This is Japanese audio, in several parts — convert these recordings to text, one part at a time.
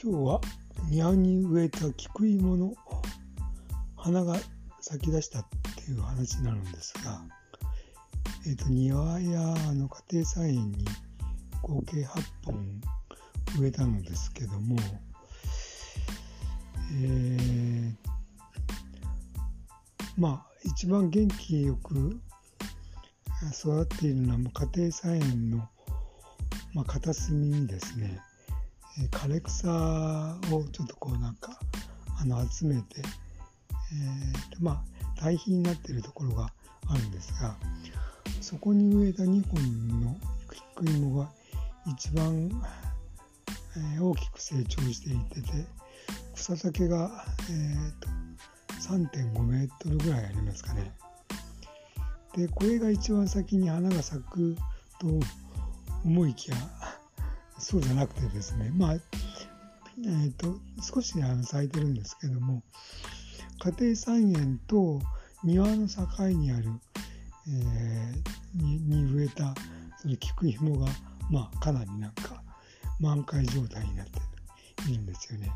今日は庭に植えた菊芋の花が咲き出したっていう話になるんですが、庭や家庭菜園に合計8本植えたのですけども、一番元気よく育っているのは家庭菜園の、片隅にですね、枯れ草をちょっと集めて、堆肥になっているところがあるんですが、そこに植えた2本の菊芋が一番、大きく成長していってて、草丈が、3.5 メートルぐらいありますかね。で、これが一番先に花が咲くと思いきや、そうじゃなくてですね、少し咲いてるんですけども、家庭菜園と庭の境にある、に植えたその菊芋が、かなり満開状態になっているんですよね。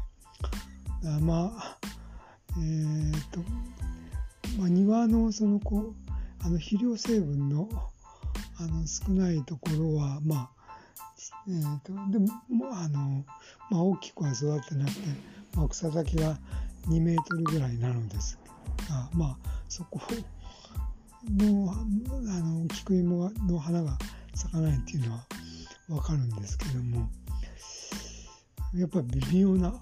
庭の肥料成分の少ないところはでも大きくは育ってなくて、草丈が2メートルぐらいなのですが、そこの菊芋の花が咲かないっていうのは分かるんですけども、やっぱり微妙な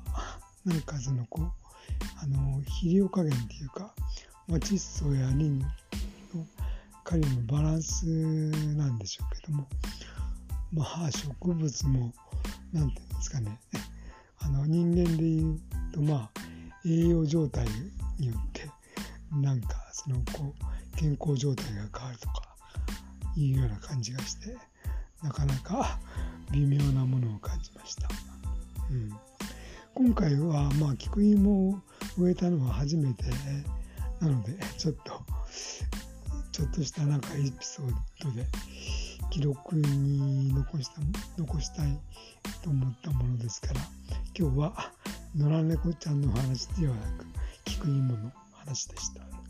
肥料加減っていうか、窒素やリンのカリウムのバランスなんでしょうけども、植物もなんていうんですかね、人間でいうと栄養状態によって健康状態が変わるとかいうような感じがして、なかなか微妙なものを感じました。今回は菊芋を植えたのは初めてなので、ちょっとしたエピソードで記録に残したいと思ったものですから、今日は野良猫ちゃんの話ではなく菊芋の話でした。